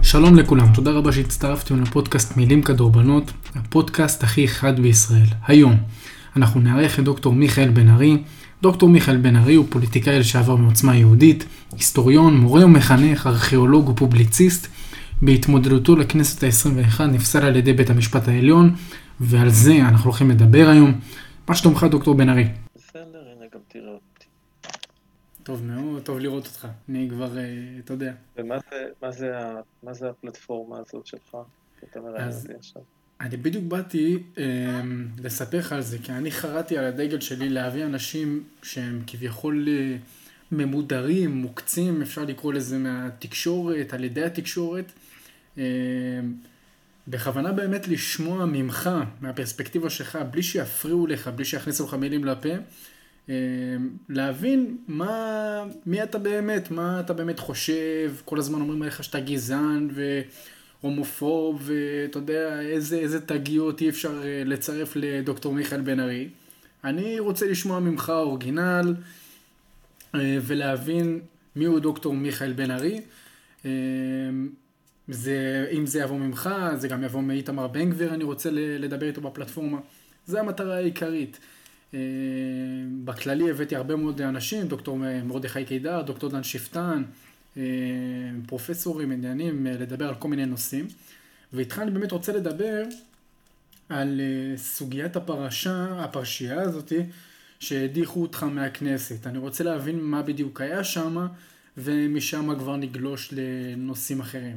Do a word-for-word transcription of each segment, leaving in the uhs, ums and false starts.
שלום לכולם, תודה רבה שהצטרפתם לפודקאסט מילים כדורבנות, הפודקאסט הכי חד בישראל. היום אנחנו נערך את דוקטור מיכאל בן ארי. דוקטור מיכאל בן ארי הוא פוליטיקאי לשעבר מעוצמה יהודית, היסטוריון, מורה ומחנך, ארכיאולוג ופובליציסט. בהתמודדותו לכנסת ה-עשרים ואחת נפסל על ידי בית המשפט העליון, ועל זה אנחנו הולכים לדבר היום. מה שלומך דוקטור בן ארי? בסדר, הנה גם תראה אותי. טוב מאוד, טוב לראות אותך. אני כבר, אתה יודע. ומה זה, מה זה, ה- מה זה הפלטפורמה הזאת שלך? אתה מראיין אז אותי עכשיו. אני בדיוק באתי אה, לספר לך על זה, כי אני חרתי על הדגל שלי להביא אנשים שהם כביכול אה, ממודרים, מוקצים, אפשר לקרוא לזה מהתקשורת, על ידי התקשורת, אה, בכוונה באמת לשמוע ממך, מהפרספקטיבה שלך, בלי שיפריעו לך, בלי שיכניסו לך מילים לפה, אה, להבין מה, מי אתה באמת, מה אתה באמת חושב. כל הזמן אומרים לך שאתה גזען והומופוב, ואתה יודע איזה, איזה תגיות אי אפשר אה, לצרף לדוקטור מיכאל בן ארי. אני רוצה לשמוע ממך אורגינל אה, ולהבין מי הוא דוקטור מיכאל בן ארי. אה, זה, אם זה יבוא ממך, זה גם יבוא מאיתמר בן גביר, אני רוצה ל- לדבר איתו בפלטפורמה. זה המטרה העיקרית. אה, בכללי הבאתי הרבה מאוד אנשים, דוקטור מרדכי קידר, דוקטור דן שפטן, אה, פרופסורים, עניינים, אה, לדבר על כל מיני נושאים. ואיתך אני באמת רוצה לדבר על אה, סוגיית הפרשה, הפרשייה הזאת, שהדיחו אותך מהכנסת. אני רוצה להבין מה בדיוק היה שם, ומשם כבר נגלוש לנושאים אחרים.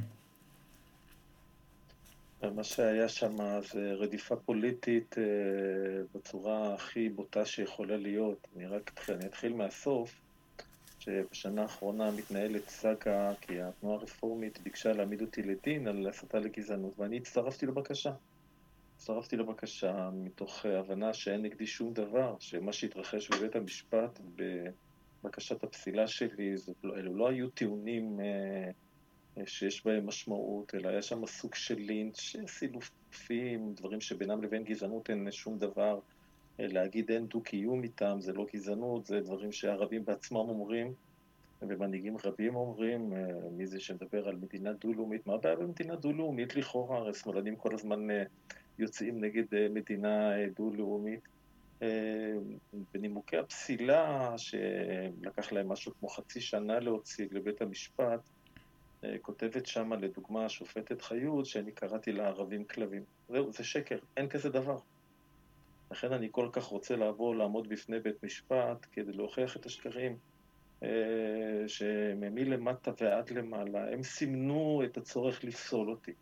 מה שהיה שם זה רדיפה פוליטית אה, בצורה הכי בוטה שיכולה להיות. אני רק אתחיל, אני אתחיל מהסוף, שבשנה האחרונה מתנהלת סאגה, כי התנועה הרפורמית ביקשה להעמיד אותי לדין על הסתה לגזענות, ואני הצטרפתי לבקשה. הצטרפתי לבקשה מתוך הבנה שאין נגדי שום דבר, שמה שהתרחש בבית המשפט בבקשת הפסילה שלי, זה, אלו לא היו טיעונים אה, שיש בהם משמעות, אלא היה שם סוג של לינץ', סילופים, דברים שבינם לבין גזענות אין שום דבר. אה, להגיד אין דו-קיום איתם, זה לא גזענות, זה דברים שהערבים בעצמם אומרים, ומנהיגים רבים אומרים. אה, מי זה שמדבר על מדינה דו-לאומית? מה הבעיה במדינה דו-לאומית לכאורה? הרי שמאלנים כל הזמן אה, יוצאים נגד אה, מדינה אה, דו-לאומית. אה, בנימוקי הפסילה, שלקח להם משהו כמו חצי שנה להוציא לבית המשפט, אה, כותבת שם לדוגמה השופטת חיות שאני קראתי לערבים כלבים. זהו, זה שקר, אין כזה דבר. לכן אני כל כך רוצה לעבור, לעמוד בפני בית משפט כדי להוכיח את השקרים, אה, שמלמטה ועד למעלה הם סימנו את הצורך לפסול אותי.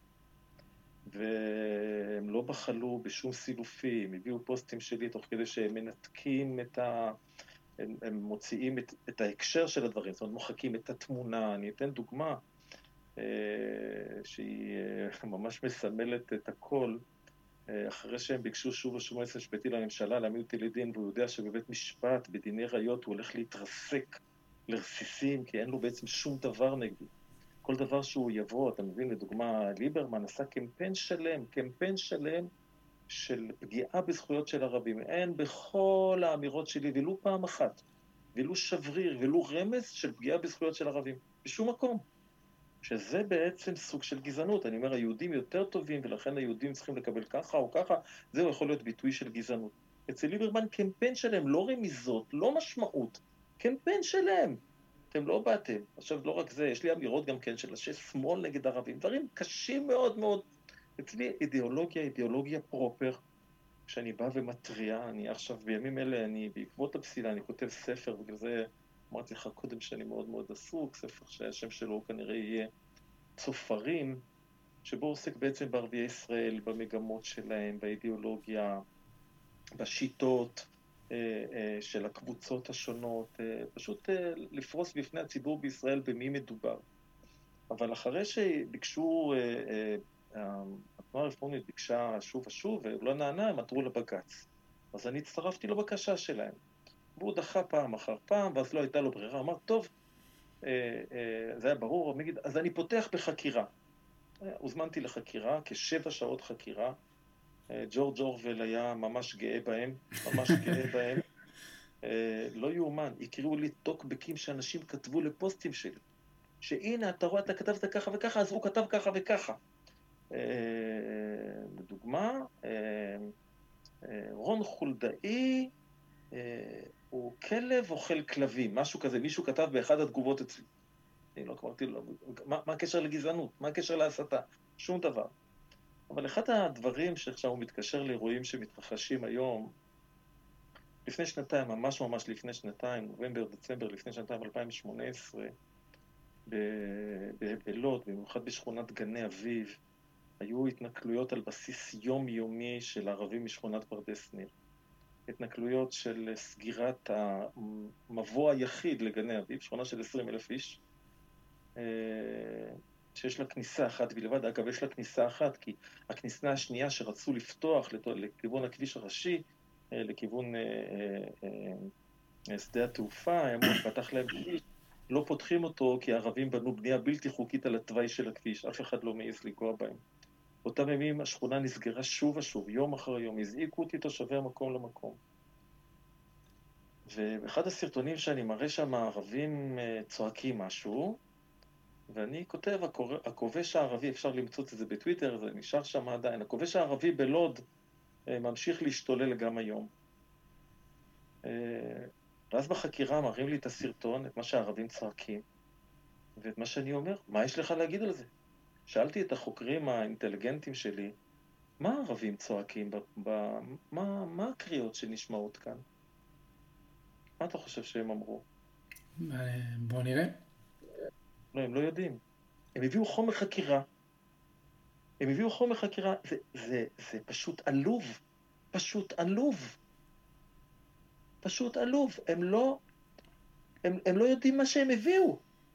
והם לא בחלו בשום סילופים, הביאו פוסטים שלי תוך כדי שהם מנתקים את ה... הם, הם מוציאים את, את ההקשר של הדברים, זאת אומרת מוחקים את התמונה. אני אתן דוגמה אה, שהיא אה, ממש מסמלת את הכל. אה, אחרי שהם ביקשו שוב ושוב היועץ המשפטי לממשלה להעמיד אותי לדין, והוא יודע שבבית משפט, בדיני ראיות, הוא הולך להתרסק לרסיסים, כי אין לו בעצם שום דבר נגדי. כל דבר שהוא יבוא, אתה מבין, לדוגמה, ליברמן עשה קמפיין שלם, קמפיין שלם של פגיעה בזכויות של ערבים. אין בכל האמירות שלי, ולו פעם אחת, ולו שבריר, ולו רמז של פגיעה בזכויות של ערבים. בשום מקום. שזה בעצם סוג של גזענות. אני אומר, היהודים יותר טובים, ולכן היהודים צריכים לקבל ככה או ככה, זהו יכול להיות ביטוי של גזענות. אצל ליברמן קמפיין שלם, לא רמיזות, לא משמעות, קמפיין שלם. אתם לא באתם. עכשיו, לא רק זה, יש לי אמירות גם כן של אנשי שמאל נגד ערבים, דברים קשים מאוד מאוד. אצלי אידיאולוגיה, אידיאולוגיה פרופר, כשאני בא ומטריע, אני עכשיו בימים אלה, אני בעקבות הפסילה, אני כותב ספר, בגלל זה אמרתי לך קודם שאני מאוד מאוד עסוק, ספר שהשם שלו כנראה יהיה צופרים, שבו עוסק בעצם בערביי ישראל, במגמות שלהם, באידיאולוגיה, בשיטות של הקבוצות השונות, פשוט לפרוס בפני הציבור בישראל במי מדובר. אבל אחרי שביקשו, התנועה הרפורמית ביקשה שוב ושוב, ולא נענה, הם עתרו לבג"ץ. אז אני הצטרפתי לבקשה שלהם. והוא דחה פעם אחר פעם, ואז לא הייתה לו ברירה. אמר, טוב, זה היה ברור, אז אני פותח בחקירה. הוזמנתי לחקירה, כשבע שעות חקירה. ג'ורג' אורוול היה ממש גאה בהם, ממש גאה בהם. לא יאומן, הקריאו לי טוקבקים שאנשים כתבו לפוסטים שלי. שהנה, אתה רואה, אתה כתבת ככה וככה, אז הוא כתב ככה וככה. לדוגמה, רון חולדאי הוא כלב אוכל כלבים, משהו כזה, מישהו כתב באחד התגובות אצלי. אני לא אמרתי לו, מה, מה הקשר לגזענות? מה הקשר להסתה? שום דבר. אבל אחד הדברים שעכשיו הוא מתקשר לאירועים שמתרחשים היום, לפני שנתיים, ממש ממש לפני שנתיים, נובמבר, דצמבר, לפני שנתיים, אלפיים ושמונה עשרה, בלוד, במיוחד בשכונת גני אביב, היו התנכלויות על בסיס יומיומי של ערבים משכונת פרדס שניר. התנכלויות של סגירת המבוא היחיד לגני אביב, שכונה של עשרים אלף איש, שיש לה כניסה אחת בלבד. אגב, יש לה כניסה אחת, כי הכניסה השנייה שרצו לפתוח לכיוון הכביש הראשי, לכיוון שדה התעופה, הם פתח להם כביש, לא פותחים אותו כי הערבים בנו בנייה בלתי חוקית על התוואי של הכביש, אף אחד לא מעז לגוע בהם. אותם ימים השכונה נסגרה שוב ושוב, יום אחר יום, הזעיקו אותי תושבי המקום למקום. ובאחד הסרטונים שאני מראה שם, הערבים צועקים משהו, ואני כותב, הכובש הערבי, אפשר למצוא את זה בטוויטר, זה נשאר שם עדיין, הכובש הערבי בלוד ממשיך להשתולל גם היום. ואז בחקירה מראים לי את הסרטון, את מה שהערבים צועקים, ואת מה שאני אומר, מה יש לך להגיד על זה? שאלתי את החוקרים האינטליגנטים שלי, מה הערבים צועקים? ב, ב, מה, מה הקריאות שנשמעות כאן? מה אתה חושב שהם אמרו? בוא נראה. לא, הם לא יודעים. הם הביאו חומר חקירה. הם הביאו חומר חקירה. זה, זה, זה פשוט עלוב. פשוט עלוב. פשוט עלוב. הם לא, הם, הם לא יודעים מה שהם הביאו.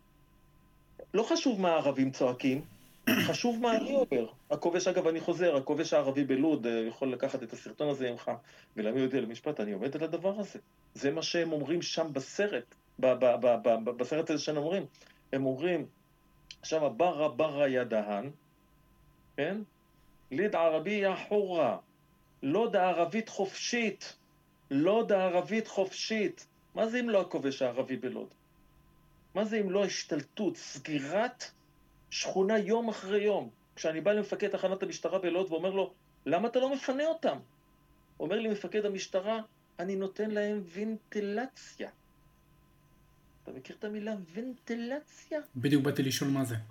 לא חשוב מה הערבים צועקים. חשוב מה אני אומר. הכובש, אגב, אני חוזר, הכובש הערבי בלוד יכול לקחת את הסרטון הזה ממך ולהעמיד אותי למשפט. אני עומד על הדבר הזה. זה מה שהם אומרים שם בסרט. ב, ב, ב, ב, ב, בסרט הזה שהם אומרים. הם אומרים, עכשיו, ברא ברא ידהן, כן? ליד ערבייה חורה, לוד הערבית חופשית, לוד הערבית חופשית. מה זה אם לא הכובש הערבי בלוד? מה זה אם לא השתלטות, סגירת שכונה יום אחרי יום? כשאני בא למפקד תחנת המשטרה בלוד ואומר לו, למה אתה לא מפנה אותם? אומר לי מפקד המשטרה, אני נותן להם ונטילציה. אתה מכיר את המילה ונטילציה? בדיוק באתי לשאול מה זה.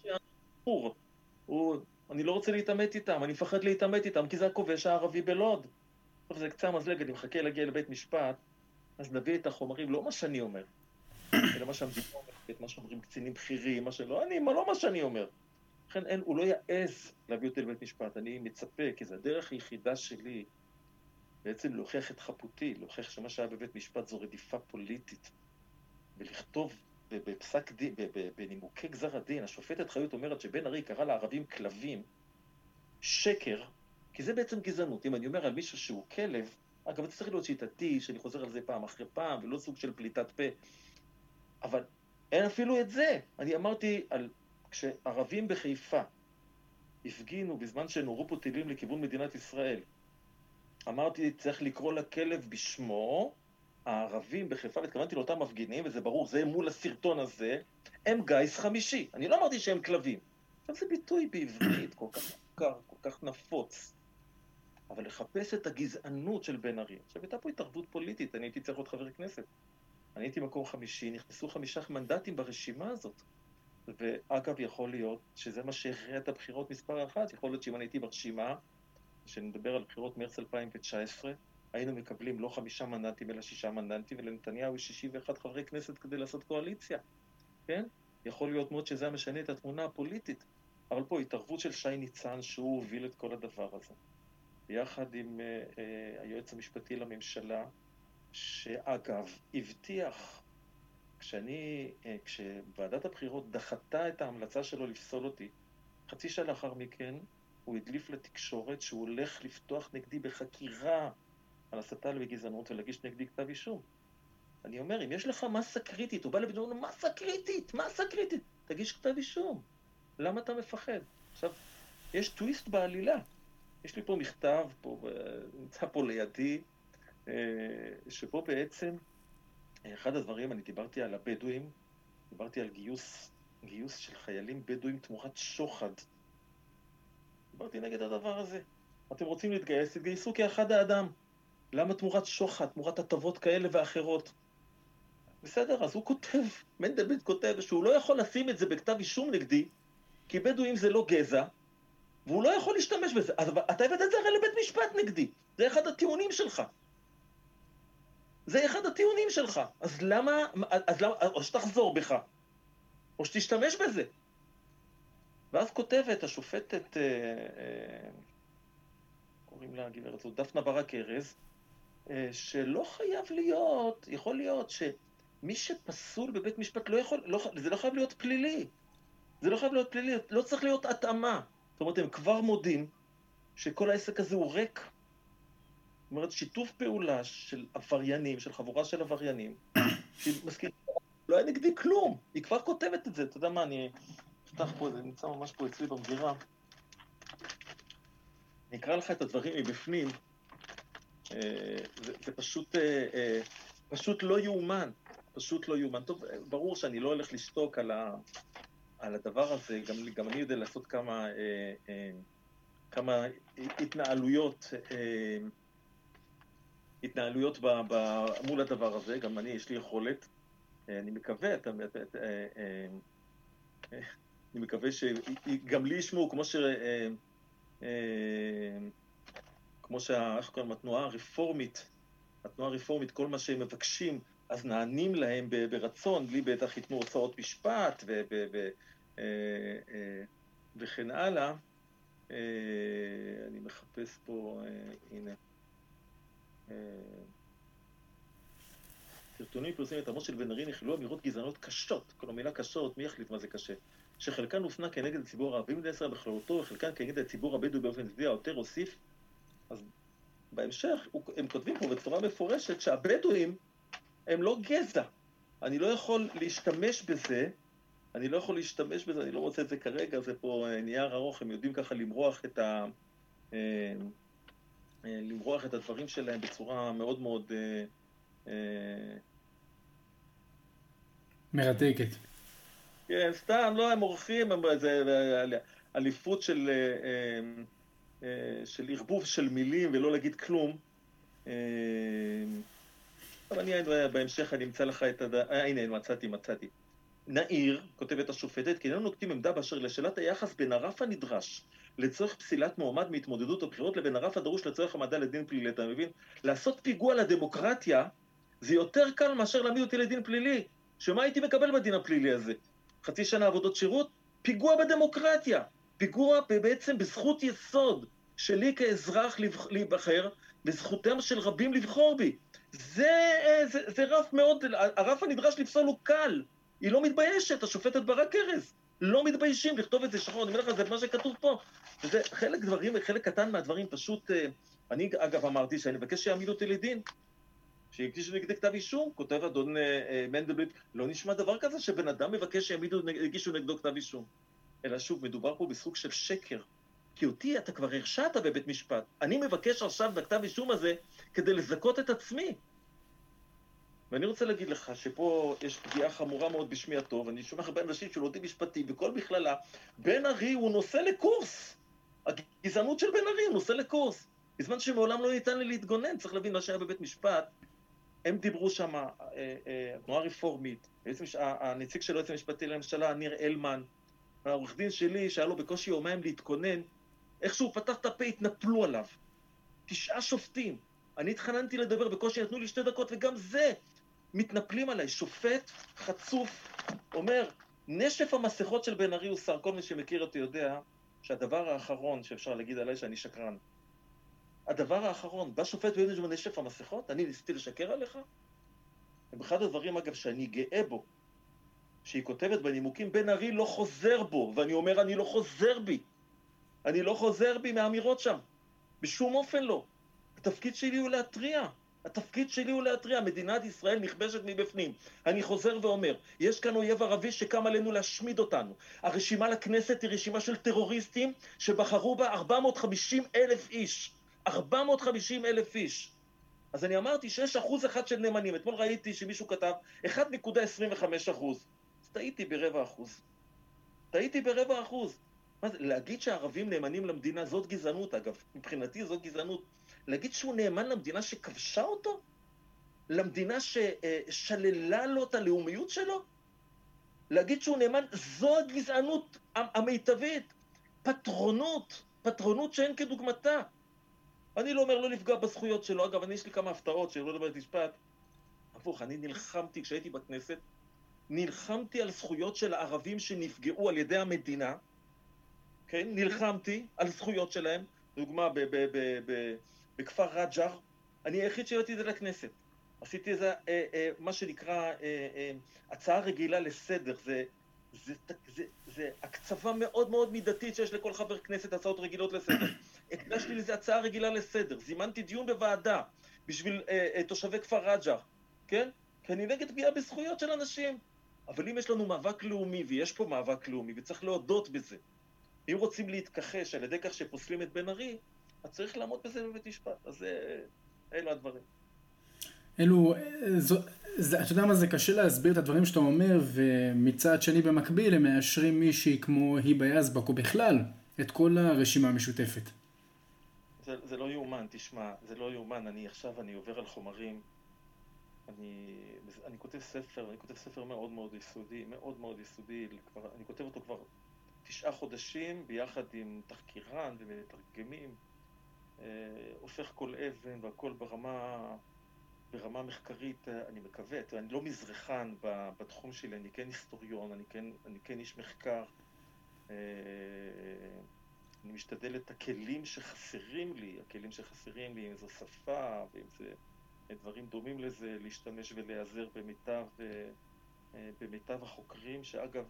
הוא, הוא, אני לא רוצה להתאמת איתם, אני מפחד להתאמת איתם, כי זה הכובש הערבי בלוד. טוב, זה קצה המזלג, אני מחכה להגיע לבית משפט, אז נביא את החומרים, לא מה שאני אומר, אלא מה שהמדינה אומרת, מה שאומרים קצינים בכירים, מה שלא, אני, מה לא מה שאני אומר. לכן אין, הוא לא יעז להביא אותי לבית משפט, אני מצפה, כי זה הדרך היחידה שלי, בעצם להוכיח את חפותי, להוכיח שמה שהיה בבית משפט זו רדיפה פוליטית, ולכתוב בפסק דין, בנימוקי גזר הדין, השופטת חיות אומרת שבן ארי קרא לערבים כלבים, שקר, כי זה בעצם גזענות. אם אני אומר על מישהו שהוא כלב, אגב, זה צריך להיות שיטתי, שאני חוזר על זה פעם אחרי פעם, ולא סוג של פליטת פה, אבל אין אפילו את זה. אני אמרתי על, כשערבים בחיפה הפגינו בזמן שנורו פה טילים לכיוון מדינת ישראל, אמרתי, צריך לקרוא לכלב בשמו, הערבים בחיפה, והתכוונתי לאותם מפגינים, וזה ברור, זה מול הסרטון הזה, הם גייס חמישי. אני לא אמרתי שהם כלבים. עכשיו זה ביטוי בעברית, כל כך מוכר, כל כך נפוץ. אבל לחפש את הגזענות של בן ארי. עכשיו, הייתה פה התערבות פוליטית, אני הייתי צריך להיות חבר כנסת. אני הייתי מקום חמישי, נכנסו חמישה מנדטים ברשימה הזאת. ואגב, יכול להיות שזה מה שהכריע את הבחירות מספר אחת. יכול להיות שאם אני הייתי ברשימה, שנדבר על בחירות מרץ אלפיים תשע עשרה, היינו מקבלים לא חמישה מנדטים, אלא שישה מנדטים, ולנתניהו יש שישים ואחד חברי כנסת כדי לעשות קואליציה. כן? יכול להיות מאוד שזה משנה את התמונה הפוליטית. אבל פה התערבות של שי ניצן, שהוא הוביל את כל הדבר הזה. ביחד עם uh, uh, היועץ המשפטי לממשלה, שאגב, הבטיח, כשאני, uh, כשוועדת הבחירות דחתה את ההמלצה שלו לפסול אותי, חצי שעה לאחר מכן, הוא הדליף לתקשורת שהוא הולך לפתוח נגדי בחקירה על הסתה לגזענות ולהגיש נגדי כתב אישום. אני אומר, אם יש לך מסה קריטית, הוא בא לבדוק, הוא אומר, מסה קריטית, מסה קריטית, תגיש כתב אישום. למה אתה מפחד? עכשיו, יש טוויסט בעלילה. יש לי פה מכתב, פה, נמצא פה לידי, שבו בעצם, אחד הדברים, אני דיברתי על הבדואים, דיברתי על גיוס גיוס של חיילים בדואים תמורת שוחד. דיברתי נגד הדבר הזה. אתם רוצים להתגייס, תתגייסו כאחד האדם. למה תמורת שוחד, תמורת הטבות כאלה ואחרות? בסדר, אז הוא כותב, מנדלבליט כותב שהוא לא יכול לשים את זה בכתב אישום נגדי, כי בדואים זה לא גזע, והוא לא יכול להשתמש בזה. אז אתה הבאת את זה הרי לבית משפט נגדי. זה אחד הטיעונים שלך. זה אחד הטיעונים שלך. אז למה, אז למה, או שתחזור בך, או שתשתמש בזה. ואז כותבת השופטת, אה, אה, קוראים לה גברת זאת, דפנה ברק ארז, אה, שלא חייב להיות, יכול להיות שמי שפסול בבית משפט לא יכול, לא, זה לא חייב להיות פלילי. זה לא חייב להיות פלילי, לא צריך להיות התאמה. זאת אומרת, הם כבר מודים שכל העסק הזה הוא ריק. זאת אומרת, שיתוף פעולה של עבריינים, של חבורה של עבריינים, שהיא מזכירה, לא היה נגדי כלום. היא כבר כותבת את זה. אתה יודע מה, אני אפתח פה, זה נמצא ממש פה אצלי במגירה. אני אקרא לך את הדברים מבפנים. זה, זה פשוט, פשוט לא יאומן. פשוט לא יאומן. טוב, ברור שאני לא הולך לשתוק על ה... על הדבר הזה, גם, גם אני יודע לעשות כמה, אה, אה, כמה התנהלויות, אה, התנהלויות ב, ב, מול הדבר הזה, גם אני, יש לי יכולת, אה, אני מקווה, אתה, אתה, אה, אה, אה, אני מקווה שגם לי ישמעו, כמו ש... אה, אה, כמו שה... איך קוראים, התנועה הרפורמית, התנועה הרפורמית, כל מה שהם מבקשים, אז נענים להם ברצון, בלי בטח ייתנו הוצאות משפט ו... ו, ו וכן הלאה. אני מחפש פה, הנה. סרטונים פרסומים את עמו של בן ארי נכללו אמירות גזענות קשות, כל המילה קשות, מי יחליט מה זה קשה? שחלקן הופנה כנגד הציבור הערבי במדינת ישראל בכללותו, וחלקן כנגד הציבור הבדואי באופן טבעי. העותר הוסיף, אז בהמשך הם כותבים פה בצורה מפורשת שהבדואים הם לא גזע. אני לא יכול להשתמש בזה, אני לא יכול להשתמש בזה, אני לא רוצה את זה כרגע, זה פה נייר ארוך, הם יודעים ככה למרוח את ה... למרוח את הדברים שלהם בצורה מאוד מאוד... מרתקת. כן, סתם, לא, הם עורכים, זה אליפות של, של ערבוב של מילים ולא להגיד כלום. אבל אני בהמשך אני אמצא לך את הדע... אה, הנה, מצאתי, מצאתי. נעיר, כותבת השופטת, כי איננו נוקטים עמדה באשר לשאלת היחס בין הרף הנדרש לצורך פסילת מועמד מהתמודדות או בחירות לבין הרף הדרוש לצורך העמדה לדין פלילי. אתה מבין? לעשות פיגוע לדמוקרטיה זה יותר קל מאשר להעמיד אותי לדין פלילי. שמה הייתי מקבל בדין הפלילי הזה? חצי שנה עבודות שירות? פיגוע בדמוקרטיה. פיגוע בעצם בזכות יסוד שלי כאזרח להיבחר, בזכותם של רבים לבחור בי. זה, זה, זה רף מאוד, הרף הנדרש לפסול הוא קל. היא לא מתביישת, השופטת ברק ארז. לא מתביישים לכתוב את זה שחור. אני אומר לך, זה מה שכתוב פה. וזה חלק דברים, חלק קטן מהדברים פשוט... אני אגב אמרתי שאני מבקש שיעמיד אותי לדין. שיגישו נגדי כתב אישום, כותב אדון מנדלבליט, לא נשמע דבר כזה שבן אדם מבקש שיגישו נגדו כתב אישום. אלא שוב, מדובר פה בסוג של שקר. כי אותי אתה כבר הרשעת בבית משפט. אני מבקש עכשיו בכתב אישום הזה כדי לזכות את עצמי. ואני רוצה להגיד לך שפה יש פגיעה חמורה מאוד בשמי הטוב, אני שומע הרבה אנשים שלומדים משפטים, וכל בכללה, בן ארי הוא נושא לקורס. הגזענות של בן ארי הוא נושא לקורס. בזמן שמעולם לא ניתן לי להתגונן, צריך להבין מה שהיה בבית משפט. הם דיברו שם, התנועה הרפורמית, הנציג של היועץ המשפטי לממשלה, ניר אלמן, העורך דין שלי, שהיה לו בקושי יומיים להתכונן, איך שהוא פתח את הפה, התנפלו עליו. תשעה שופטים. אני התחננתי לדבר, בקושי נתנו לי שתי דקות, וגם זה מתנפלים עליי. שופט חצוף אומר, נשף המסכות של בן ארי הוא שר. כל מי שמכיר אותי יודע שהדבר האחרון שאפשר להגיד עליי שאני שקרן. הדבר האחרון, בא שופט ויודע שהוא נשף המסכות, אני ניסיתי לשקר עליך? ובאחד הדברים, אגב, שאני גאה בו, שהיא כותבת בנימוקים, בן ארי לא חוזר בו, ואני אומר, אני לא חוזר בי. אני לא חוזר בי מהאמירות שם. בשום אופן לא. התפקיד שלי הוא להטריע. התפקיד שלי הוא להטריע. מדינת ישראל נכבשת מבפנים. אני חוזר ואומר, יש כאן אויב ערבי שקם עלינו להשמיד אותנו. הרשימה לכנסת היא רשימה של טרוריסטים שבחרו בה ארבע מאות וחמישים אלף איש. ארבע מאות וחמישים אלף איש. אז אני אמרתי שיש אחוז אחד של נאמנים. אתמול ראיתי שמישהו כתב אחד נקודה עשרים וחמש אחוז. אז טעיתי ברבע אחוז. טעיתי ברבע אחוז. מה זה, להגיד שהערבים נאמנים למדינה, זאת גזענות, אגב, מבחינתי זאת גזענות. להגיד שהוא נאמן למדינה שכבשה אותו? למדינה ששללה לו את הלאומיות שלו? להגיד שהוא נאמן, זו הגזענות המיטבית. פטרונות, פטרונות שאין כדוגמתה. אני לא אומר לא לפגוע בזכויות שלו, אגב, אני יש לי כמה הפתעות שלא לדבר משפט. הפוך, אני נלחמתי, כשהייתי בכנסת, נלחמתי על זכויות של הערבים שנפגעו על ידי המדינה, כן? נלחמתי על זכויות שלהם, דוגמה בכפר רג'ר, אני היחיד שהבאתי את זה לכנסת. עשיתי איזה, אה, אה, מה שנקרא, אה, אה, הצעה רגילה לסדר, זה, זה, זה, זה הקצבה מאוד מאוד מידתית שיש לכל חבר כנסת הצעות רגילות לסדר. הקדשתי לזה הצעה רגילה לסדר, זימנתי דיון בוועדה בשביל אה, אה, תושבי כפר רג'ר, כן? כי אני נגד פגיעה בזכויות של אנשים. אבל אם יש לנו מאבק לאומי, ויש פה מאבק לאומי, וצריך להודות בזה, אם רוצים להתכחש על ידי כך שפוסלים את בן ארי, אז צריך לעמוד בזה בבית משפט. אז אלו הדברים. אלו, זו, זה, אתה יודע מה, זה קשה להסביר את הדברים שאתה אומר, ומצד שני במקביל הם מאשרים מישהי כמו היבה יזבק, או בכלל, את כל הרשימה המשותפת. זה, זה לא יאומן, תשמע, זה לא יאומן. אני עכשיו, אני עובר על חומרים, אני, אני כותב ספר, אני כותב ספר מאוד מאוד יסודי, מאוד מאוד יסודי, כבר, אני כותב אותו כבר תשעה חודשים, ביחד עם תחקירן ומתרגמים, אה, הופך כל אבן והכל ברמה... ברמה מחקרית, אני מקווה, אני לא מזרחן בתחום שלי, אני כן היסטוריון, אני כן, אני כן איש מחקר, אני משתדל את הכלים שחסרים לי, הכלים שחסרים לי, אם זו שפה, ואם זה דברים דומים לזה, להשתמש ולהיעזר במיטב, במיטב החוקרים, שאגב,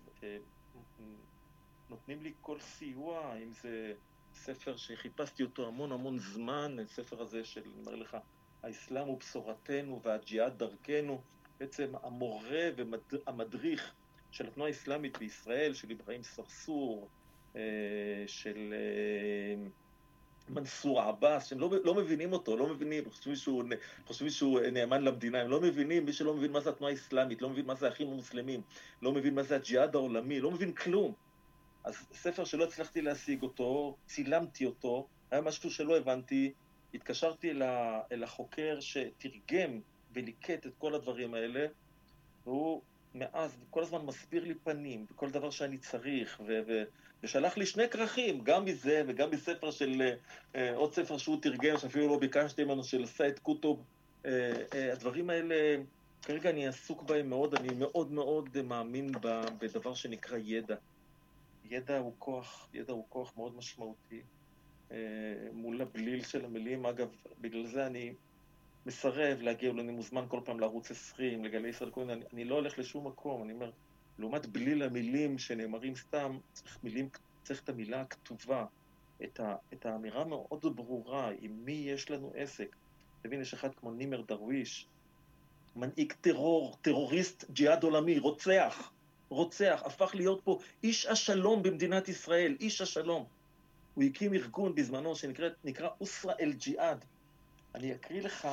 נותנים לי כל סיוע, אם זה ספר שחיפשתי אותו המון המון זמן, הספר הזה של, אני אומר לך, האסלאם הוא בשורתנו והג'יהאד דרכנו, בעצם המורה והמדריך של התנועה האסלאמית בישראל, של אברהים סרסור, של מנסור עבאס, שהם לא, לא מבינים אותו, לא מבינים, חושבים שהוא, חושבים שהוא נאמן למדינה, הם לא מבינים, מי שלא מבין מה זה התנועה האסלאמית, לא מבין מה זה האחים המוסלמים, לא מבין מה זה הג'יהאד העולמי, לא מבין כלום. אז ספר שלא הצלחתי להשיג אותו, צילמתי אותו, היה משהו שלא הבנתי, התקשרתי אל החוקר שתרגם וליקט את כל הדברים האלה, והוא מאז כל הזמן מסביר לי פנים בכל דבר שאני צריך, ו- ו- ושלח לי שני כרכים, גם מזה וגם מספר של אה, עוד ספר שהוא תרגם, שאפילו לא ביקשתי ממנו, של סייד קוטוב. אה, אה, הדברים האלה, כרגע אני עסוק בהם מאוד, אני מאוד מאוד מאמין בדבר שנקרא ידע. ידע הוא כוח, ידע הוא כוח מאוד משמעותי. מול הבליל של המילים, אגב, בגלל זה אני מסרב להגיע, אני מוזמן כל פעם לערוץ עשרים, לגלי ישראל, אני, אני לא הולך לשום מקום, אני אומר, לעומת בליל המילים שנאמרים סתם, צריך מילים, צריך את המילה הכתובה, את, ה, את האמירה מאוד ברורה, עם מי יש לנו עסק. תבין, יש אחד כמו נימר דרוויש, מנהיג טרור, טרוריסט, ג'יהאד עולמי, רוצח, רוצח, הפך להיות פה איש השלום במדינת ישראל, איש השלום. הוא הקים ארגון בזמנו שנקרא אוסרה אל ג'יהאד. אני אקריא לך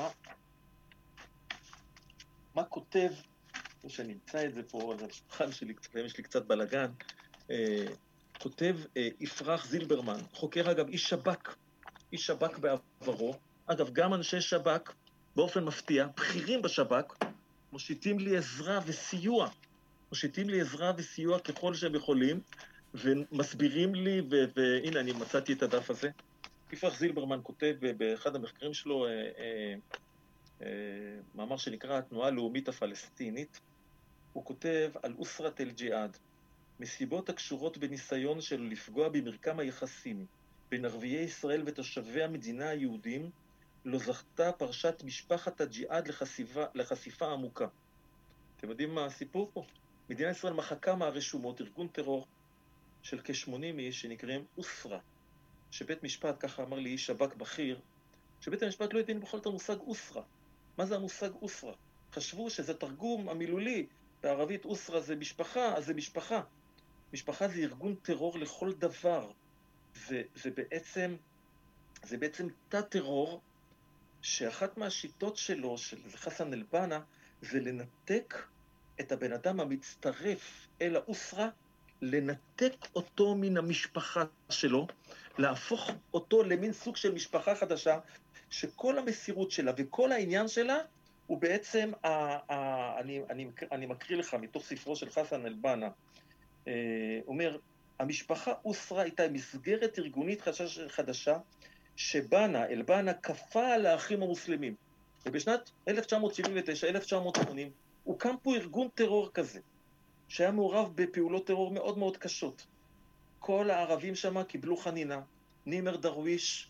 מה כותב, שאני אמצא את זה פה על השולחן שלי, יש לי קצת בלגן, אה, כותב אה, יפרח זילברמן, חוקר אגב איש שב"כ, איש שב"כ בעברו, אגב גם אנשי שב"כ באופן מפתיע, בכירים בשב"כ, מושיטים לי עזרה וסיוע, מושיטים לי עזרה וסיוע ככל שהם יכולים, ומסבירים לי, והנה אני מצאתי את הדף הזה. יפרח זילברמן כותב באחד המחקרים שלו, אה, אה, אה, מאמר שנקרא התנועה הלאומית הפלסטינית, הוא כותב על אוסרת אל ג'יהאד, מסיבות הקשורות בניסיון שלו לפגוע במרקם היחסים בין ערביי ישראל ותושבי המדינה היהודים, לא זכתה פרשת משפחת הג'יהאד לחשיפה, לחשיפה עמוקה. אתם יודעים מה הסיפור פה? מדינת ישראל מחקה מהרשומות ארגון טרור של כ-שמונים איש שנקראים אוסרה, שבית משפט, ככה אמר לי איש שב"כ בכיר, שבית המשפט לא הבין בכל את המושג אוסרה. מה זה המושג אוסרה? חשבו שזה תרגום המילולי, בערבית אוסרה זה משפחה, אז זה משפחה. משפחה זה ארגון טרור לכל דבר. זה, זה בעצם, זה בעצם תת-טרור, שאחת מהשיטות שלו, של חסן אל-בנה, זה לנתק את הבן אדם המצטרף אל האוסרה, לנתק אותו מן המשפחה שלו, להפוך אותו למין סוג של משפחה חדשה, שכל המסירות שלה וכל העניין שלה, הוא בעצם, ה, ה, אני, אני, אני מקריא לך מתוך ספרו של חסן אל-בנה, הוא אומר, המשפחה אוסרה הייתה מסגרת ארגונית חדשה, שבנה, אל-בנה, כפה על האחים המוסלמים. ובשנת אלף תשע מאות שבעים ותשע אלף תשע מאות שמונים, הוקם פה ארגון טרור כזה, שהיה מעורב בפעולות טרור מאוד מאוד קשות. כל הערבים שם קיבלו חנינה. נימר דרוויש,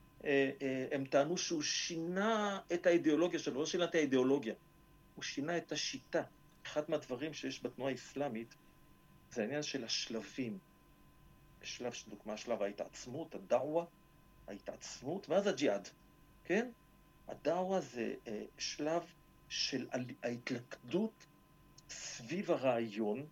הם טענו שהוא שינה את האידיאולוגיה שלו, לא שינה את האידיאולוגיה, הוא שינה את השיטה. אחד מהדברים שיש בתנועה האסלאמית, זה העניין של השלבים. בשלב שדוגמה, שלב ההתעצמות, הדעווה, ההתעצמות, ואז הג'יהאד, כן? הדעווה זה אה, שלב של ההתלכדות סביב הרעיון,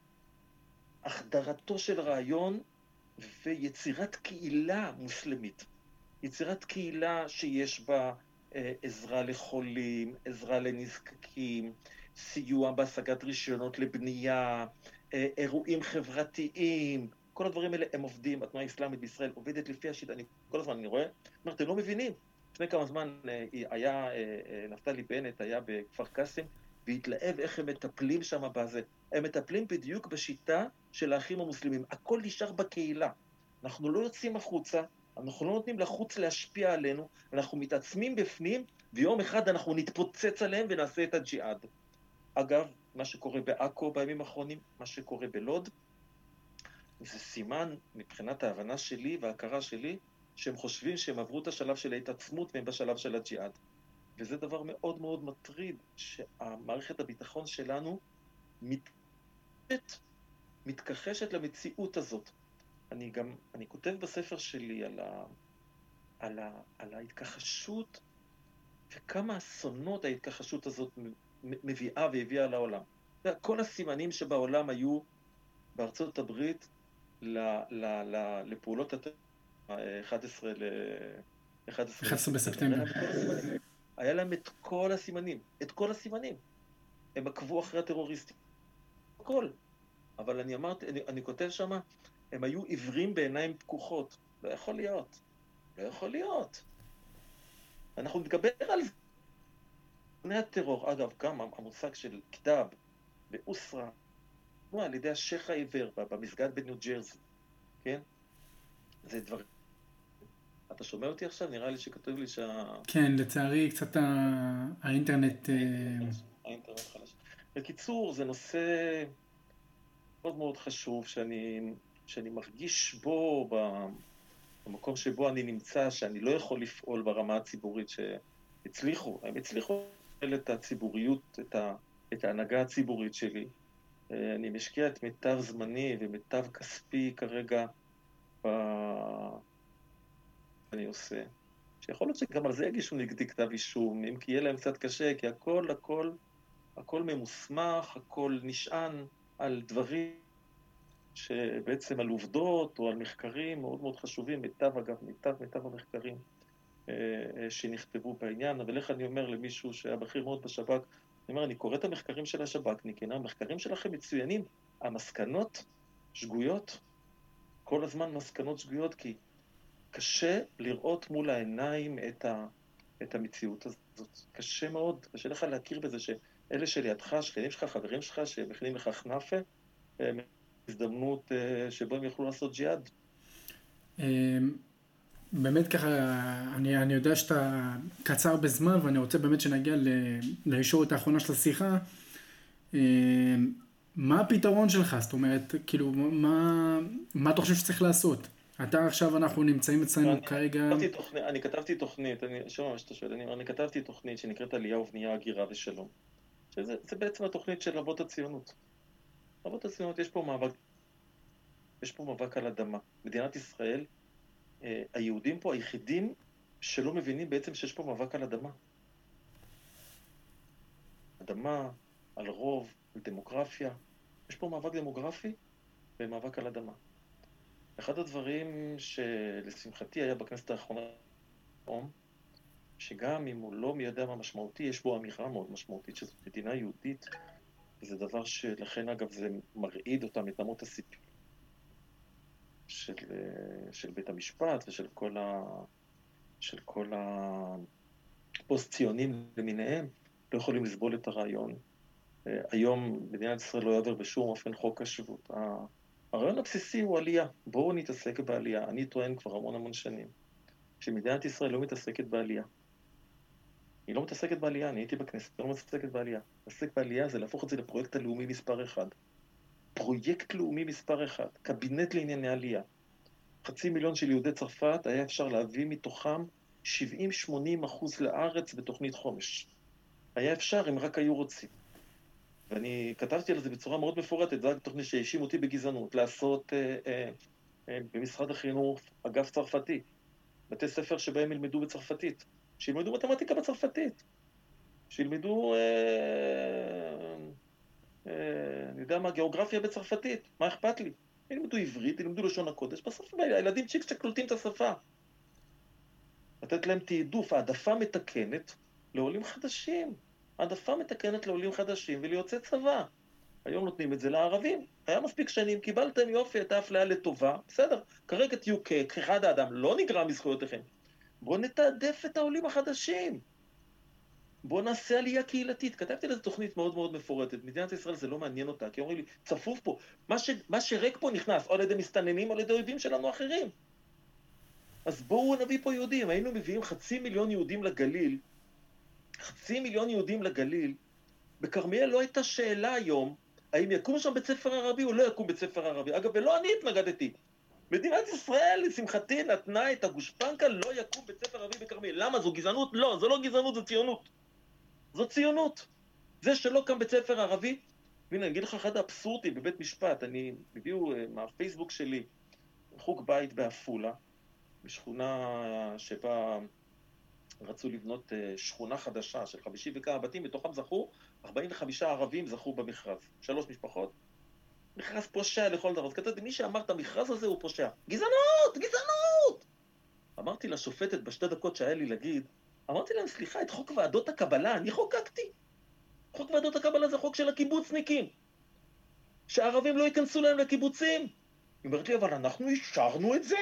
החדרתו של רעיון ויצירת קהילה מוסלמית. יצירת קהילה שיש בה אה, עזרה לחולים, עזרה לנזקקים, סיוע בהשגת רישיונות לבנייה, אה, אירועים חברתיים, כל הדברים האלה הם עובדים. התנועה האסלאמית בישראל עובדת לפי השיטה, אני כל הזמן אני רואה, אומר, אתם לא מבינים. לפני כמה זמן אה, היה, אה, אה, נפתלי בנט היה בכפר קאסם, והתלהב איך הם מטפלים שם בזה. הם מטפלים בדיוק בשיטה של האחים המוסלמים. הכל נשאר בקהילה. אנחנו לא יוצאים החוצה, אנחנו לא נותנים לחוץ להשפיע עלינו, אנחנו מתעצמים בפנים, ויום אחד אנחנו נתפוצץ עליהם ונעשה את הג'יהאד. אגב, מה שקורה בעכו בימים האחרונים, מה שקורה בלוד, זה סימן מבחינת ההבנה שלי וההכרה שלי, שהם חושבים שהם עברו את השלב של ההתעצמות והם בשלב של הג'יהאד. וזה דבר מאוד מאוד מטריד, שהמערכת הביטחון שלנו מתכחשת, מתכחשת למציאות הזאת. אני גם, אני כותב בספר שלי על, ה, על, ה, על ההתכחשות, וכמה אסונות ההתכחשות הזאת מביאה והביאה לעולם. כל הסימנים שבעולם היו בארצות הברית ל, ל, ל, לפעולות ה-אחד עשר בספטמבר. היה להם את כל הסימנים, את כל הסימנים. הם עקבו אחרי הטרוריסטים. הכל. אבל אני אמרתי, אני, אני כותב שמה, הם היו עיוורים בעיניים פקוחות. לא יכול להיות. לא יכול להיות. אנחנו נתגבר על זה. בני הטרור, אגב, גם המושג של כתב באוסרה, הוא על ידי השייך העיוור במסגד בניו ג'רזי. כן? זה דבר... אתה שומע אותי עכשיו? נראה לי שכתוב לי שה... כן, לצערי קצת האינטרנט... האינטרנט חלש. בקיצור, זה נושא מאוד מאוד חשוב שאני, שאני מרגיש בו, במקום שבו אני נמצא, שאני לא יכול לפעול ברמה הציבורית שהצליחו. הם הצליחו את הציבוריות, את, ה, את ההנהגה הציבורית שלי. אני משקיע את מיטב זמני ומיטב כספי כרגע ב... אני עושה. שיכול להיות שגם על זה יגישו נגדי כתב אישום, אם כי יהיה להם קצת קשה, כי הכל, הכל, הכל ממוסמך, הכל נשען על דברים שבעצם על עובדות או על מחקרים מאוד מאוד חשובים, מיטב אגב, מיטב, מיטב המחקרים שנכתבו בעניין. אבל איך אני אומר למישהו שהיה בכיר מאוד בשב"כ, אני אומר, אני קורא את המחקרים של השב"כניק, המחקרים שלכם מצוינים, המסקנות שגויות, כל הזמן מסקנות שגויות, כי קשה לראות מול העיניים את, ה, את המציאות הזאת. קשה מאוד, קשה לך להכיר בזה שאלה שלידך, שכנים שלך, חברים שלך, שמכינים לך חנפה, הזדמנות שבו הם יוכלו לעשות ג'יהאד. באמת ככה, אני, אני יודע שאתה קצר בזמן, ואני רוצה באמת שנגיע לישורת האחרונה של השיחה. מה הפתרון שלך? זאת אומרת, כאילו, מה, מה אתה חושב שצריך לעשות? אתה עכשיו, אנחנו נמצאים אצלנו אני, כרגע... כתבתי תוכנית, אני כתבתי תוכנית, אני שומע מה שאתה שואל, אני, אני כתבתי תוכנית שנקראת עלייה ובנייה, הגירה ושלום. שזה, זה בעצם התוכנית של רבות הציונות. רבות הציונות, יש פה מאבק, יש פה מאבק על אדמה. מדינת ישראל, אה, היהודים פה, היחידים שלא מבינים בעצם שיש פה מאבק על אדמה. אדמה, על רוב, על דמוגרפיה. יש פה מאבק דמוגרפי ומאבק על אדמה. אחד הדברים שלשמחתי היה בכנסת האחרונה, שגם אם הוא לא מי יודע מה משמעותי, יש בו אמירה מאוד משמעותית, שזאת מדינה יהודית, וזה דבר שלכן אגב זה מרעיד אותם את אמות הסיפים. של, של בית המשפט ושל כל ה... של כל הפוסט-ציונים למיניהם, לא יכולים לסבול את הרעיון. היום מדינת ישראל לא יעבר בשום אופן חוק השבות. הרעיון הבסיסי הוא עלייה. בואו נתעסק בעלייה. אני טוען כבר המון המון שנים, שמדינת ישראל לא מתעסקת בעלייה. היא לא מתעסקת בעלייה, אני הייתי בכנסת, היא לא מתעסקת בעלייה. מתעסק בעלייה זה להפוך את זה לפרויקט הלאומי מספר אחד. פרויקט לאומי מספר אחד, קבינט לענייני עלייה. חצי מיליון של יהודי צרפת היה אפשר להביא מתוכם שבעים שמונים אחוז לארץ בתוכנית חומש. היה אפשר אם רק היו רוצים. ואני כתבתי על זה בצורה מאוד מפורטת, זו התוכנית שהאשים אותי בגזענות, לעשות אה, אה, אה, במשרד החינוך אגף צרפתי, בתי ספר שבהם ילמדו בצרפתית, שילמדו מתמטיקה בצרפתית, שילמדו, אה, אה, אני יודע מה, גיאוגרפיה בצרפתית, מה אכפת לי? ילמדו עברית, ילמדו לשון הקודש, בסוף הילדים צ'יק צ'ק קולטים את השפה. לתת להם תעדוף, העדפה מתקנת לעולים חדשים. העדפה מתקנת לעולים חדשים וליוצאי צבא. היום נותנים את זה לערבים. היה מספיק שנים, קיבלתם יופי, את האפליה לטובה. בסדר, כרגע תהיו כאחד האדם, לא נגרע מזכויותיכם. בואו נתעדף את העולים החדשים. בואו נעשה עלייה קהילתית. כתבתי לזה תוכנית מאוד מאוד מפורטת. מדינת ישראל זה לא מעניין אותה, כי אומרים לי, צפוף פה. מה, ש... מה שרק פה נכנס, או על ידי מסתננים, או על ידי אויבים שלנו אחרים. אז בואו נביא פה יהודים. היינו מביאים חצי מיליון יהודים לגליל, חצי מיליון יהודים לגליל, בכרמיאל לא הייתה שאלה היום, האם יקום שם בית ספר ערבי או לא יקום בית ספר ערבי. אגב, ולא אני התנגדתי. מדינת ישראל, לשמחתי, נתנה את הגושפנקה, לא יקום בית ספר ערבי בכרמיאל. למה? זו גזענות? לא, זו לא גזענות, זו ציונות. זו ציונות. זה שלא קם בית ספר ערבי, והנה, אני אגיד לך אחד האבסורדי בבית משפט, אני הביאו מהפייסבוק שלי, חוג בית בעפולה, בשכונה שבה רצו לבנות שכונה חדשה של חמישים וכמה בתים, בתוכם זכו, ארבעים וחמישה ערבים זכו במכרז, שלוש משפחות. מכרז פושע לכל דבר. אז כתבתי, מי שאמר את המכרז הזה הוא פושע. גזענות! גזענות! אמרתי לשופטת בשתי דקות שהיה לי להגיד, אמרתי להם, סליחה, את חוק ועדות הקבלה, אני חוקקתי. חוק ועדות הקבלה זה חוק של הקיבוצניקים. שהערבים לא ייכנסו להם לקיבוצים. היא אומרת לי, אבל אנחנו אישרנו את זה.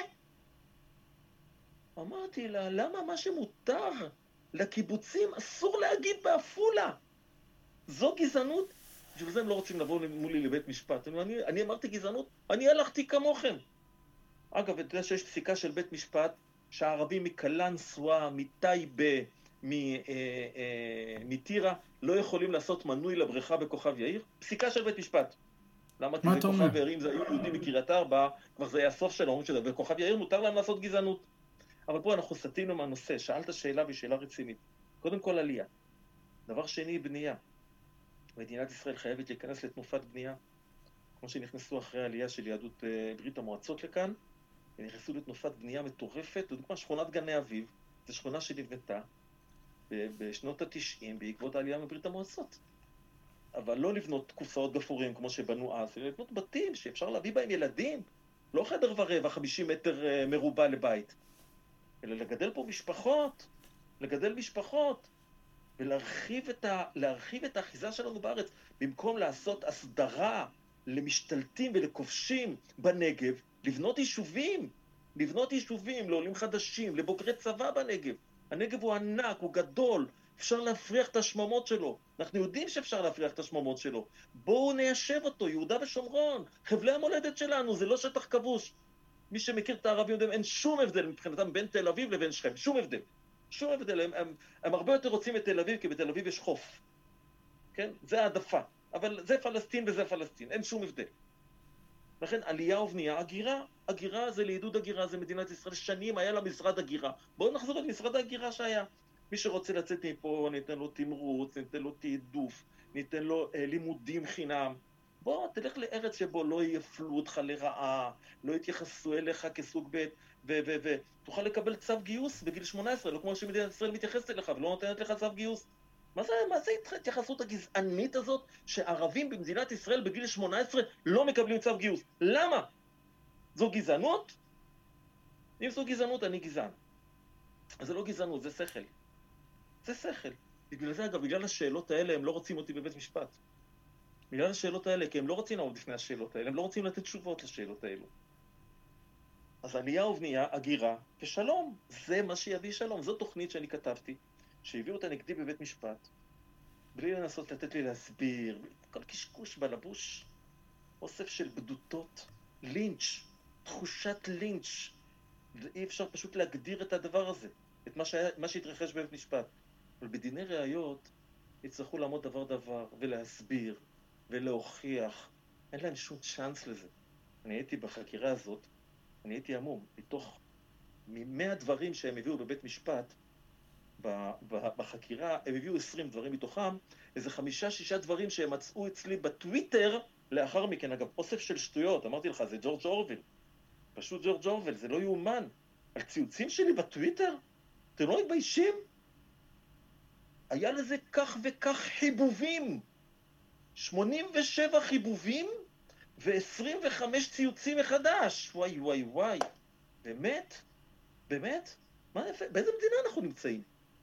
אמרתי לה, למה מה שמותר לקיבוצים אסור להגיד בעפולה? זו גזענות? בשביל זה הם לא רוצים לבוא מולי לבית משפט. אני, אני אמרתי גזענות, אני הלכתי כמוכם. אגב, אתה יודע שיש פסיקה של בית משפט, שהערבים מקלנסווה, מטייבה, מטירה, לא יכולים לעשות מנוי לבריכה בכוכב יאיר? פסיקה של בית משפט. למה? כי זה כוכב יאיר, אם זה היו יהודים בקריית ארבע, כבר זה היה הסוף שלנו, וכוכב יאיר מותר להם לעשות גזענות. אבל פה אנחנו סטינו מהנושא, שאלת שאלה והיא שאלה רצינית. קודם כל עלייה. דבר שני, בנייה. מדינת ישראל חייבת להיכנס לתנופת בנייה. כמו שנכנסו אחרי העלייה של יהדות ברית המועצות לכאן, ונכנסו לתנופת בנייה מטורפת, לדוגמה שכונת גני אביב, זו שכונה שנבנתה בשנות התשעים בעקבות העלייה מברית המועצות. אבל לא לבנות קופסאות גפורים כמו שבנו אז, אלא לבנות בתים שאפשר להביא בהם ילדים, לא חדר ורבע, חמישים מטר מרובע לבית. אלא לגדל פה משפחות, לגדל משפחות, ולהרחיב את, ה, להרחיב את האחיזה שלנו בארץ, במקום לעשות הסדרה למשתלטים ולכובשים בנגב, לבנות יישובים, לבנות יישובים לעולים חדשים, לבוגרי צבא בנגב. הנגב הוא ענק, הוא גדול, אפשר להפריח את השממות שלו. אנחנו יודעים שאפשר להפריח את השממות שלו. בואו ניישב אותו, יהודה ושומרון, חבלי המולדת שלנו, זה לא שטח כבוש. מי שמכיר את הערבים יודעים, אין שום הבדל מבחינתם בין תל אביב לבין שכם, שום הבדל. שום הבדל, הם, הם, הם הרבה יותר רוצים את תל אביב, כי בתל אביב יש חוף. כן? זה העדפה. אבל זה פלסטין וזה פלסטין, אין שום הבדל. לכן עלייה ובנייה, הגירה, הגירה זה לעידוד הגירה, זה מדינת ישראל, שנים היה לה משרד הגירה. בואו נחזור למשרד הגירה שהיה. מי שרוצה לצאת מפה, ניתן לו תמרוץ, ניתן לו תעדוף, ניתן לו אה, לימודים חינם. בוא, תלך לארץ שבו לא יפלו אותך לרעה, לא יתייחסו אליך כסוג ב' ותוכל לקבל צו גיוס בגיל שמונה עשרה, לא כמו שמדינת ישראל מתייחסת אליך ולא נותנת לך צו גיוס. מה זה, מה זה התייחסות הגזענית הזאת שערבים במדינת ישראל בגיל שמונה עשרה לא מקבלים צו גיוס? למה? זו גזענות? אם זו גזענות, אני גזען. אז זה לא גזענות, זה שכל. זה שכל. בגלל זה, אגב, בגלל השאלות האלה הם לא רוצים אותי בבית משפט. בגלל השאלות האלה, כי הם לא רוצים לעמוד בפני השאלות האלה, הם לא רוצים לתת תשובות לשאלות האלו. אז עלייה ובנייה, הגירה ושלום. זה מה שיביא שלום. זו תוכנית שאני כתבתי, שהביאו אותה נגדי בבית משפט, בלי לנסות לתת לי להסביר, כל קשקוש בלבוש, אוסף של בדותות, לינץ', תחושת לינץ'. ואי אפשר פשוט להגדיר את הדבר הזה, את מה, שהיה, מה שהתרחש בבית משפט. אבל בדיני ראיות יצטרכו לעמוד דבר דבר ולהסביר ולהוכיח. אין להם שום צ'אנס לזה. אני הייתי בחקירה הזאת, אני הייתי עמום. מתוך ממאה דברים שהם הביאו בבית משפט, בחקירה, הם הביאו עשרים דברים מתוכם, איזה חמישה, שישה דברים שהם מצאו אצלי בטוויטר לאחר מכן. אגב, אוסף של שטויות, אמרתי לך, זה ג'ורג' אורוול. פשוט ג'ורג' אורוול, זה לא יאומן. על ציוצים שלי בטוויטר? אתם לא מתביישים? היה לזה כך וכך חיבובים. שמונים ושבע חיבובים ו-עשרים וחמישה ציוצים מחדש. וואי וואי וואי. באמת? באמת? מה יפה? באיזה מדינה אנחנו נמצאים?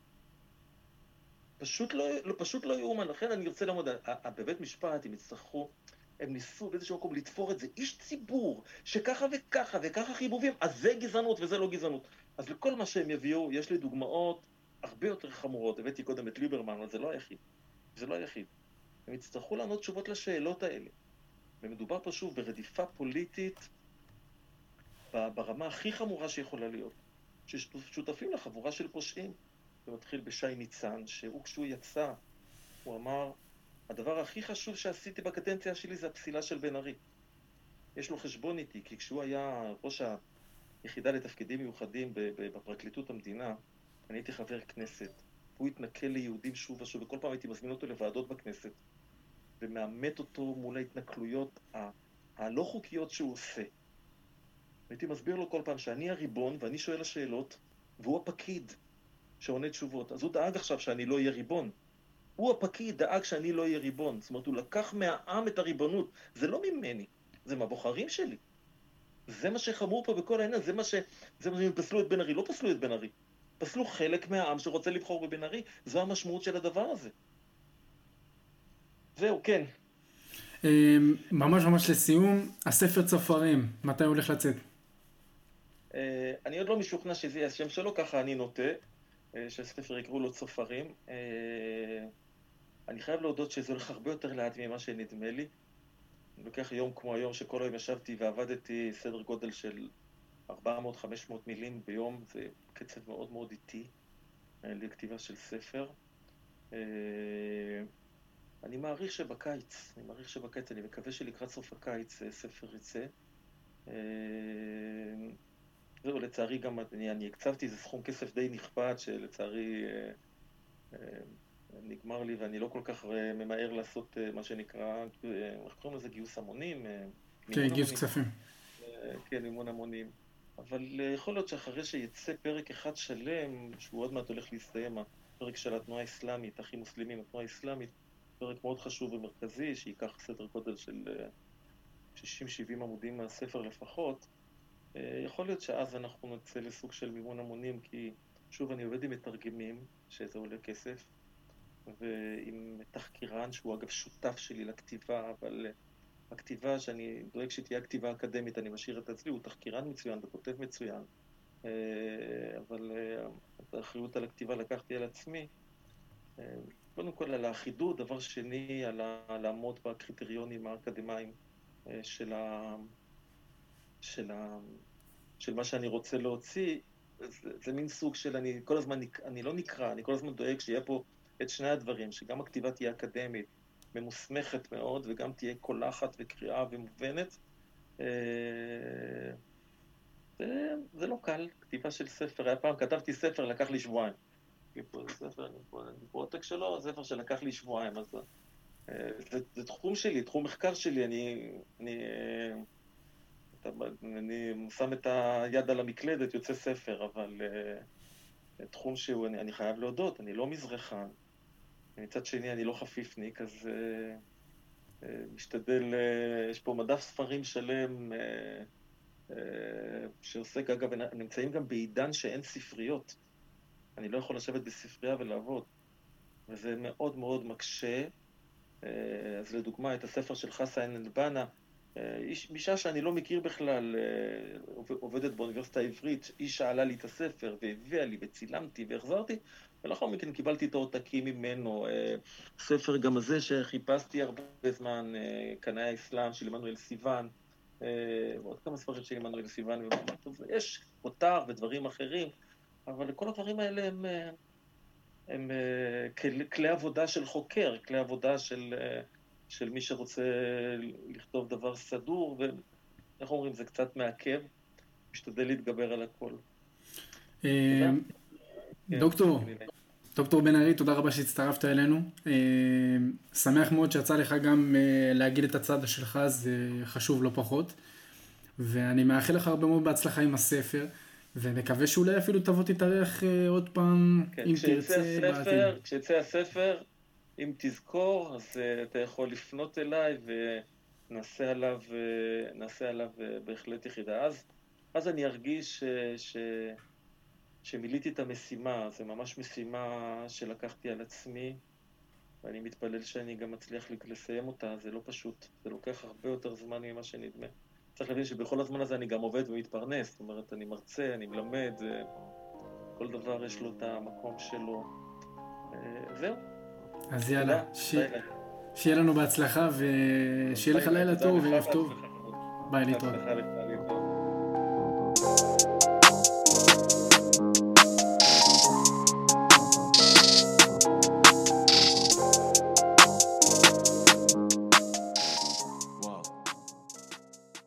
פשוט לא, פשוט לא יאומן. לכן אני רוצה לעמוד, בבית משפט, הם יצטרכו, הם ניסו באיזשהו מקום לתפור את זה. איש ציבור שככה וככה וככה חיבובים, אז זה גזענות וזה לא גזענות. אז לכל מה שהם יביאו, יש לי דוגמאות הרבה יותר חמורות. הבאתי קודם את ליברמן, אבל זה לא היחיד. זה לא היחיד. הם יצטרכו לענות תשובות לשאלות האלה. ומדובר פה שוב ברדיפה פוליטית ברמה הכי חמורה שיכולה להיות. ששותפים לחבורה של פושעים. זה מתחיל בשי ניצן, שהוא כשהוא יצא, הוא אמר, הדבר הכי חשוב שעשיתי בקדנציה שלי זה הפסילה של בן ארי. יש לו חשבון איתי, כי כשהוא היה ראש היחידה לתפקידים מיוחדים בפרקליטות המדינה, אני הייתי חבר כנסת, הוא התנכל ליהודים שוב ושוב, וכל פעם הייתי מזמין אותו לוועדות בכנסת, ומאמת אותו מול ההתנכלויות הלא חוקיות שהוא עושה. הייתי מסביר לו כל פעם שאני הריבון, ואני שואל השאלות, והוא הפקיד שעונה תשובות. אז הוא דאג עכשיו שאני לא אהיה ריבון. הוא הפקיד דאג שאני לא אהיה ריבון. זאת אומרת, הוא לקח מהעם את הריבונות. זה לא ממני, זה מהבוחרים שלי. זה מה שחמור פה בכל העניין, זה מה ש... זה מה שהם פסלו את בן ארי. לא פסלו את בן ארי. פסלו חלק מהעם שרוצה לבחור בבן ארי. זו המשמעות של הדבר הזה. זהו, כן. ממש ממש לסיום, הספר צופרים, מתי הולך לצאת? אני עוד לא משוכנע שזה יהיה השם שלו, ככה אני נוטה. שהספר יקראו לו צופרים. אני חייב להודות שזה הולך הרבה יותר לאט ממה שנדמה לי. אני לוקח יום כמו היום שכל היום ישבתי ועבדתי סדר גודל של ארבע מאות חמש מאות מילים ביום, זה קצב מאוד מאוד איטי לכתיבה של ספר. אני מעריך שבקיץ, אני מעריך שבקיץ, אני מקווה שלקראת סוף הקיץ ספר יצא. זהו, לצערי גם אני, אני הקצבתי איזה סכום כסף די נכבד שלצערי אה, אה, נגמר לי ואני לא כל כך ממהר לעשות אה, מה שנקרא, איך קוראים לזה, גיוס המונים? אה, כן, גיוס כספים. אה, כן, מימון המונים. אבל אה, יכול להיות שאחרי שיצא פרק אחד שלם, שהוא עוד מעט הולך להסתיים, הפרק של התנועה האסלאמית, אחים מוסלמים, התנועה האסלאמית, פרק מאוד חשוב ומרכזי, שייקח סדר גודל של אה, שישים שבעים עמודים מהספר לפחות, יכול להיות שאז אנחנו נצא לסוג של מימון המונים, כי שוב אני עובד עם מתרגמים, שזה עולה כסף, ועם תחקירן, שהוא אגב שותף שלי לכתיבה, אבל הכתיבה שאני דואג שתהיה כתיבה אקדמית, אני משאיר את אצלי, הוא תחקירן מצוין וכותב מצוין, אבל את האחריות על הכתיבה לקחתי על עצמי. קודם כל על האחידות, דבר שני על לעמוד בקריטריונים האקדמיים של ה... של, ה... של מה שאני רוצה להוציא. זה, זה מין סוג של, אני כל הזמן, אני לא נקרא, אני כל הזמן דואג שיהיה פה את שני הדברים, שגם הכתיבה תהיה אקדמית, ממוסמכת מאוד, וגם תהיה קולחת וקריאה ומובנת. זה, זה לא קל, כתיבה של ספר. היה פעם, כתבתי ספר, לקח לי שבועיים. פה ספר, אני פה, אני פה עותק שלו, ספר שלקח לי שבועיים. אז זה, זה תחום שלי, תחום מחקר שלי, אני... אני אני שם את היד על המקלדת, יוצא ספר, אבל uh, תחום שהוא, אני, אני חייב להודות, אני לא מזרחן. מצד שני, אני לא חפיפניק, אז uh, uh, משתדל, uh, יש פה מדף ספרים שלם, uh, uh, שעוסק, אגב, נמצאים גם בעידן שאין ספריות. אני לא יכול לשבת בספרייה ולעבוד, וזה מאוד מאוד מקשה. Uh, אז לדוגמה, את הספר של חסן אל-בנה, איש, אישה שאני לא מכיר בכלל, עובדת באוניברסיטה העברית, היא שאלה לי את הספר והביאה לי וצילמתי והחזרתי, ולאחר מכן קיבלתי את העותקים ממנו. ספר גם הזה שחיפשתי הרבה זמן, קנאי האסלאם של עמנואל סיוון, ועוד כמה ספרים של עמנואל סיוון, יש כותר ודברים אחרים, אבל כל הדברים האלה הם, הם כלי עבודה של חוקר, כלי עבודה של... של מי שרוצה לכתוב דבר סדור, ואיך אומרים, זה קצת מעכב, משתדל להתגבר על הכל. דוקטור, דוקטור בן ארי, תודה רבה שהצטרפת אלינו. שמח מאוד שיצא לך גם להגיד את הצד שלך, זה חשוב לא פחות. ואני מאחל לך הרבה מאוד בהצלחה עם הספר, ומקווה שאולי אפילו תבוא תתארח עוד פעם, אם תרצה בעתיד. כשיצא הספר, אם תזכור, אז uh, אתה יכול לפנות אליי ונעשה עליו, uh, נעשה עליו uh, בהחלט יחידה. אז, אז אני ארגיש ש, ש, שמיליתי את המשימה. זה ממש משימה שלקחתי על עצמי, ואני מתפלל שאני גם מצליח לסיים אותה. זה לא פשוט, זה לוקח הרבה יותר זמן ממה שנדמה. צריך להבין שבכל הזמן הזה אני גם עובד ומתפרנס. זאת אומרת, אני מרצה, אני מלמד, זה... כל דבר יש לו את המקום שלו. Uh, זהו. אז יאללה, שיהיה לנו בהצלחה ושיהיה לך לילה טוב וערב טוב. ביי, להתראות.